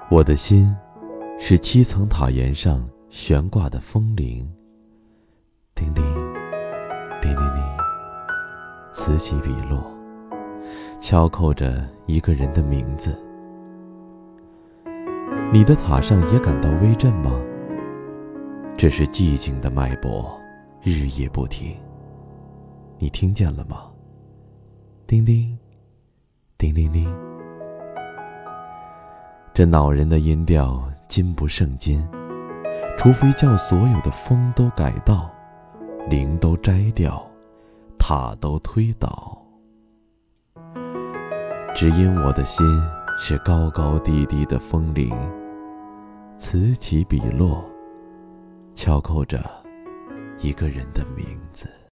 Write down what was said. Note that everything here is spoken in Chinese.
我的心是7层塔檐上悬挂的风铃，叮铃叮铃铃，此起彼落，敲扣着一个人的名字。你的塔上也感到微震吗？这是寂静的脉搏，日夜不停。你听见了吗？叮铃叮铃铃。这恼人的音调今不胜今，除非叫所有的风都改道，铃都摘掉，塔都推倒。只因我的心是高高低低的风铃，此起彼落，敲扣着一个人的名字。